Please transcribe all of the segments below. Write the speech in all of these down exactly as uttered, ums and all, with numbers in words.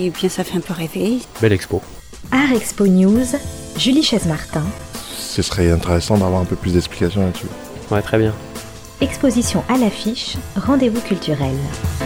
et bien ça fait un peu rêver. Belle expo. Art Expo News, Julie Chaise-Martin. Ce serait intéressant d'avoir un peu plus d'explications là-dessus. Ouais, très bien. Exposition à l'affiche, rendez-vous culturel.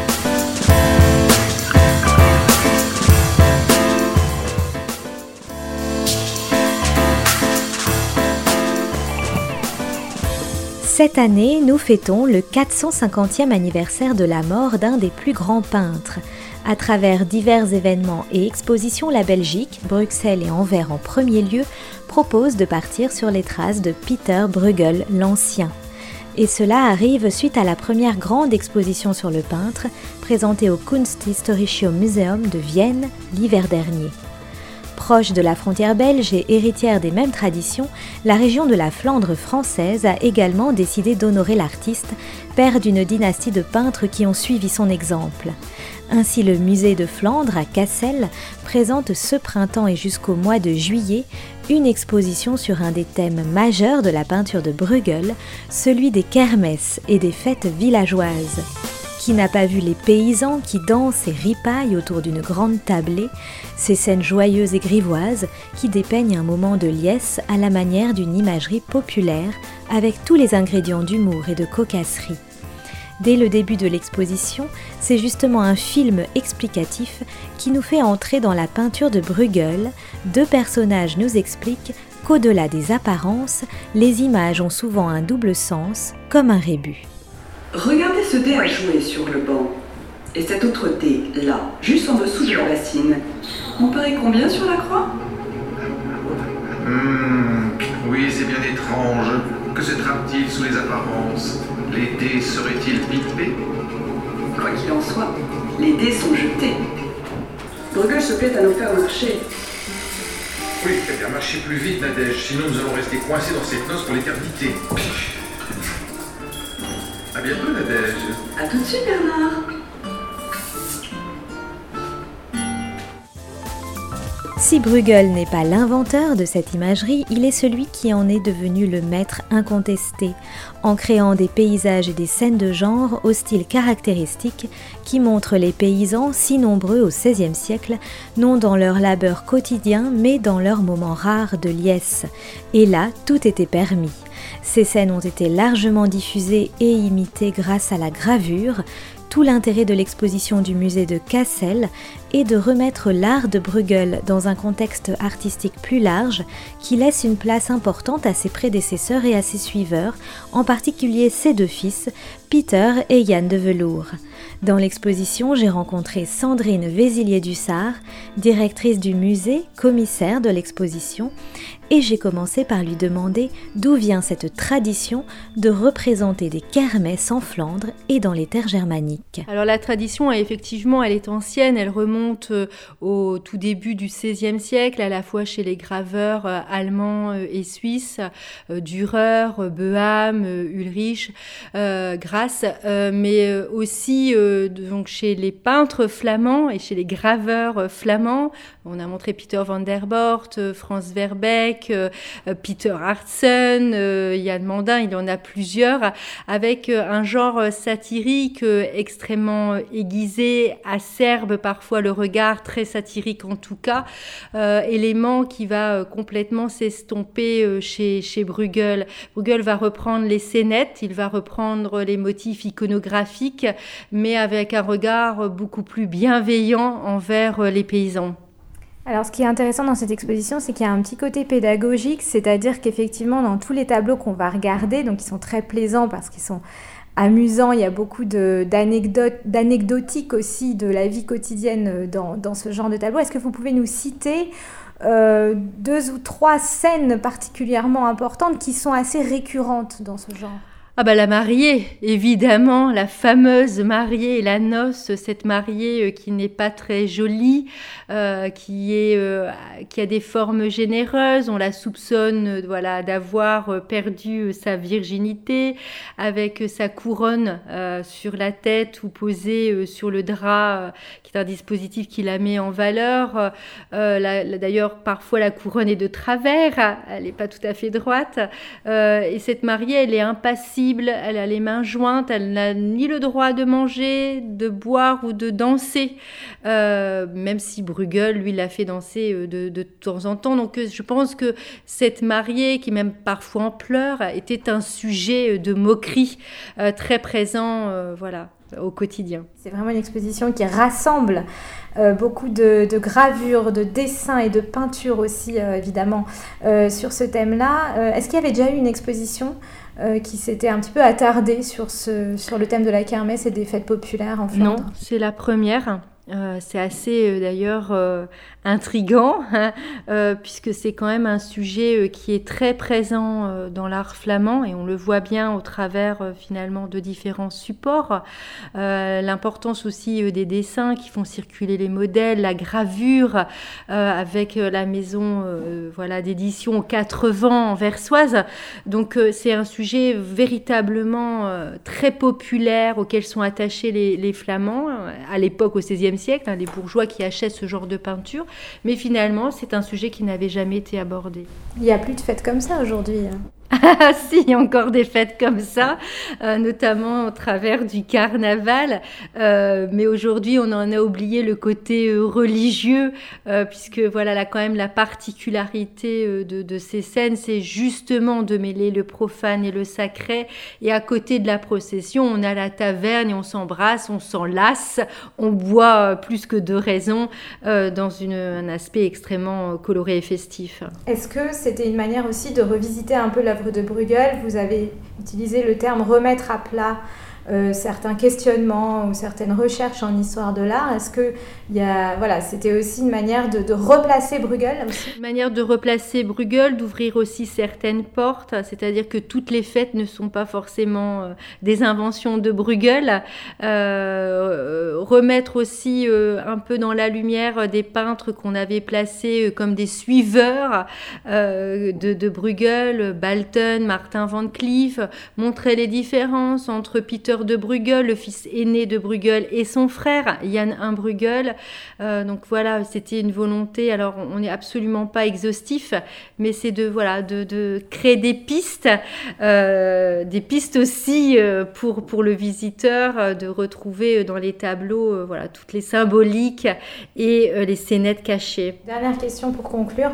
Cette année, nous fêtons le quatre cent cinquantième anniversaire de la mort d'un des plus grands peintres. À travers divers événements et expositions, la Belgique, Bruxelles et Anvers en premier lieu, propose de partir sur les traces de Peter Bruegel l'Ancien. Et cela arrive suite à la première grande exposition sur le peintre, présentée au Kunsthistorisches Museum de Vienne l'hiver dernier. Proche de la frontière belge et héritière des mêmes traditions, la région de la Flandre française a également décidé d'honorer l'artiste, père d'une dynastie de peintres qui ont suivi son exemple. Ainsi, le musée de Flandre à Cassel présente ce printemps et jusqu'au mois de juillet une exposition sur un des thèmes majeurs de la peinture de Bruegel, celui des kermesses et des fêtes villageoises. Qui n'a pas vu les paysans qui dansent et ripaillent autour d'une grande tablée, ces scènes joyeuses et grivoises qui dépeignent un moment de liesse à la manière d'une imagerie populaire avec tous les ingrédients d'humour et de cocasserie. Dès le début de l'exposition, c'est justement un film explicatif qui nous fait entrer dans la peinture de Bruegel. Deux personnages nous expliquent qu'au-delà des apparences, les images ont souvent un double sens, comme un rébus. Regardez ce dé à jouer sur le banc. Et cet autre dé, là, juste en dessous de la bassine. On parie combien sur la croix ? Hmm, oui, c'est bien étrange. Que se trame-t-il sous les apparences ? Les dés seraient-ils pipés ? Quoi qu'il en soit, les dés sont jetés. Bruegel se plaît à nous faire marcher. Oui, eh bien, marchez plus vite, Nadège, sinon nous allons rester coincés dans cette noce pour l'éternité. À bientôt, Nadège. À tout de suite, Bernard. Si Bruegel n'est pas l'inventeur de cette imagerie, il est celui qui en est devenu le maître incontesté, en créant des paysages et des scènes de genre au style caractéristique qui montrent les paysans si nombreux au seizième siècle, non dans leur labeur quotidien, mais dans leurs moments rares de liesse. Et là, tout était permis. Ces scènes ont été largement diffusées et imitées grâce à la gravure. Tout l'intérêt de l'exposition du musée de Cassel est de remettre l'art de Bruegel dans un contexte artistique plus large qui laisse une place importante à ses prédécesseurs et à ses suiveurs, en particulier ses deux fils, Peter et Jan de Velour. Dans l'exposition, j'ai rencontré Sandrine Vézillier-Dussard, directrice du musée, commissaire de l'exposition, et j'ai commencé par lui demander d'où vient cette tradition de représenter des kermesses en Flandre et dans les terres germaniques. Alors la tradition, effectivement, elle est ancienne, elle remonte au tout début du seizième siècle, à la fois chez les graveurs allemands et suisses, Dürer, Boehm, Ulrich, euh, Grasse, euh, mais aussi euh, donc chez les peintres flamands et chez les graveurs flamands. On a montré Peter van der Bort, Franz Verbeek, euh, Peter Hartsen, euh, Jan Mandin, il y en a plusieurs, avec un genre satirique extrêmement aiguisé, acerbe parfois le regard, très satirique en tout cas, euh, élément qui va complètement s'estomper chez, chez Bruegel. Bruegel va reprendre les scénettes, il va reprendre les motifs iconographiques, mais avec un regard beaucoup plus bienveillant envers les paysans. Alors, ce qui est intéressant dans cette exposition, c'est qu'il y a un petit côté pédagogique, c'est-à-dire qu'effectivement, dans tous les tableaux qu'on va regarder, donc ils sont très plaisants parce qu'ils sont amusants, il y a beaucoup de, d'anecdotes, d'anecdotiques aussi de la vie quotidienne dans, dans ce genre de tableau. Est-ce que vous pouvez nous citer euh, deux ou trois scènes particulièrement importantes qui sont assez récurrentes dans ce genre ? Ah bah la mariée, évidemment, la fameuse mariée, la noce, cette mariée qui n'est pas très jolie, euh, qui est, euh, qui a des formes généreuses. On la soupçonne, voilà, d'avoir perdu sa virginité, avec sa couronne euh, sur la tête ou posée euh, sur le drap, euh, qui est un dispositif qui la met en valeur. Euh, la, la, d'ailleurs, parfois la couronne est de travers, elle n'est pas tout à fait droite. Euh, et cette mariée, elle est impassible. impassible, elle a les mains jointes, elle n'a ni le droit de manger, de boire ou de danser, euh, même si Bruegel, lui, l'a fait danser de, de temps en temps. Donc je pense que cette mariée, qui même parfois en pleurs, était un sujet de moquerie euh, très présent, euh, voilà, au quotidien. C'est vraiment une exposition qui rassemble euh, beaucoup de, de gravures, de dessins et de peintures aussi, euh, évidemment, euh, sur ce thème-là. Euh, est-ce qu'il y avait déjà eu une exposition euh, qui s'était un petit peu attardée sur, ce, sur le thème de la kermesse et des fêtes populaires en Flandre ? Non, c'est la première. Euh, c'est assez euh, d'ailleurs euh, intriguant hein, euh, puisque c'est quand même un sujet euh, qui est très présent euh, dans l'art flamand et on le voit bien au travers euh, finalement de différents supports. Euh, l'importance aussi euh, des dessins qui font circuler les modèles, la gravure euh, avec euh, la maison euh, voilà, d'édition aux quatre vents anversoise. Donc euh, c'est un sujet véritablement euh, très populaire auquel sont attachés les, les Flamands euh, à l'époque au seizième siècle, hein, les bourgeois qui achètent ce genre de peinture, mais finalement c'est un sujet qui n'avait jamais été abordé. Il n'y a plus de fêtes comme ça aujourd'hui. Ah si, il y a encore des fêtes comme ça, euh, notamment au travers du carnaval, euh, mais aujourd'hui on en a oublié le côté euh, religieux, euh, puisque voilà là quand même la particularité euh, de, de ces scènes, c'est justement de mêler le profane et le sacré, et à côté de la procession, on a la taverne et on s'embrasse, on s'enlace, on boit euh, plus que de raison, euh, dans une, un aspect extrêmement euh, coloré et festif. Est-ce que c'était une manière aussi de revisiter un peu la de Bruegel? Vous avez utilisé le terme remettre à plat euh, certains questionnements ou certaines recherches en histoire de l'art. Est-ce que il y a, voilà, c'était aussi une manière de, de replacer Bruegel aussi? Une manière de replacer Bruegel, d'ouvrir aussi certaines portes, c'est-à-dire que toutes les fêtes ne sont pas forcément euh, des inventions de Bruegel. Euh, remettre aussi euh, un peu dans la lumière des peintres qu'on avait placés euh, comme des suiveurs euh, de, de Bruegel, Balten, Martin Van Cleef, montrer les différences entre Peter de Bruegel, le fils aîné de Bruegel, et son frère, Jan I Bruegel. Euh, donc voilà, c'était une volonté, alors on n'est absolument pas exhaustif, mais c'est de, voilà, de, de créer des pistes, euh, des pistes aussi euh, pour, pour le visiteur, euh, de retrouver dans les tableaux euh, voilà, toutes les symboliques et euh, les scénettes cachées. Dernière question pour conclure.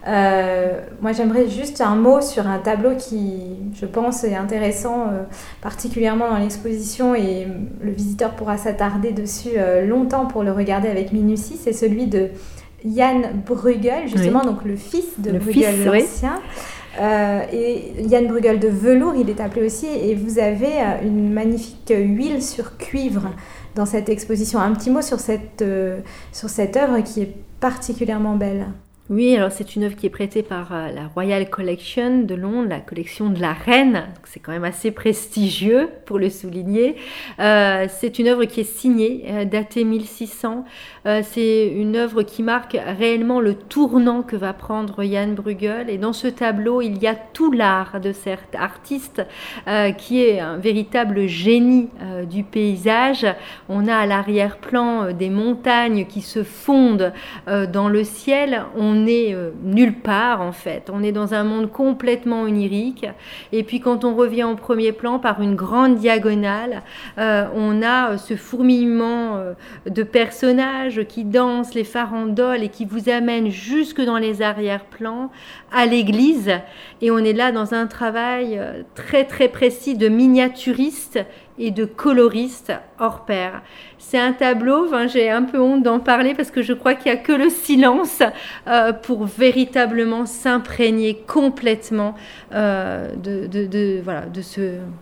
Euh, moi j'aimerais juste un mot sur un tableau qui, je pense, est intéressant, euh, particulièrement dans l'exposition, et le visiteur pourra s'attarder dessus euh, longtemps pour le regarder avec minutie. C'est celui de Jan Bruegel, justement, oui. Donc le fils de le Bruegel fils, l'ancien. Oui. Euh, et Jan Bruegel de velours, il est appelé aussi, et vous avez euh, une magnifique huile sur cuivre dans cette exposition. Un petit mot sur cette, euh, sur cette œuvre qui est particulièrement belle. Oui, alors c'est une œuvre qui est prêtée par euh, la Royal Collection de Londres, la collection de la reine, donc c'est quand même assez prestigieux pour le souligner. Euh, c'est une œuvre qui est signée, euh, datée mille six cents. Euh, c'est une œuvre qui marque réellement le tournant que va prendre Jan Bruegel. Et dans ce tableau, il y a tout l'art de cet artiste euh, qui est un véritable génie euh, du paysage. On a à l'arrière-plan euh, des montagnes qui se fondent euh, dans le ciel. On On n'est euh, nulle part en fait, on est dans un monde complètement onirique, et puis quand on revient au premier plan par une grande diagonale, euh, on a ce fourmillement euh, de personnages qui dansent les farandoles et qui vous amènent jusque dans les arrière-plans à l'église, et on est là dans un travail euh, très très précis de miniaturiste et de coloriste hors pair. C'est un tableau, enfin, j'ai un peu honte d'en parler parce que je crois qu'il n'y a que le silence euh, pour véritablement s'imprégner complètement euh, de, de, de, voilà, de, ce,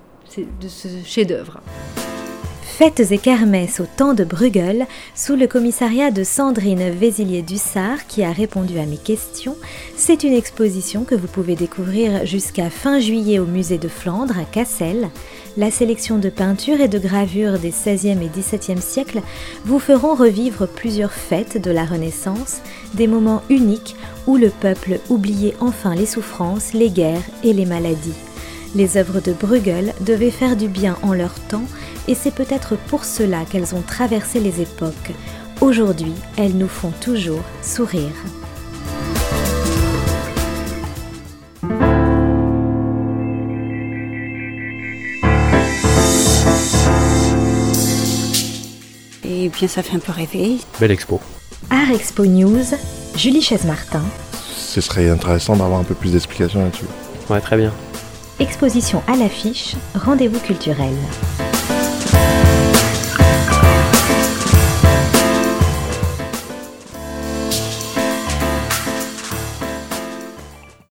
de ce chef-d'œuvre. Fêtes et kermesses au temps de Bruegel, sous le commissariat de Sandrine Vézilier-Dussart qui a répondu à mes questions. C'est une exposition que vous pouvez découvrir jusqu'à fin juillet au musée de Flandre à Cassel. La sélection de peintures et de gravures des seizième et dix-septième siècles vous feront revivre plusieurs fêtes de la Renaissance, des moments uniques où le peuple oubliait enfin les souffrances, les guerres et les maladies. Les œuvres de Bruegel devaient faire du bien en leur temps, et c'est peut-être pour cela qu'elles ont traversé les époques. Aujourd'hui, elles nous font toujours sourire. et bien ça fait un peu rêver. Belle expo. Art Expo News, Julie Chaise-Martin. Ce serait intéressant d'avoir un peu plus d'explications là-dessus. Ouais, très bien. Exposition à l'affiche, rendez-vous culturel.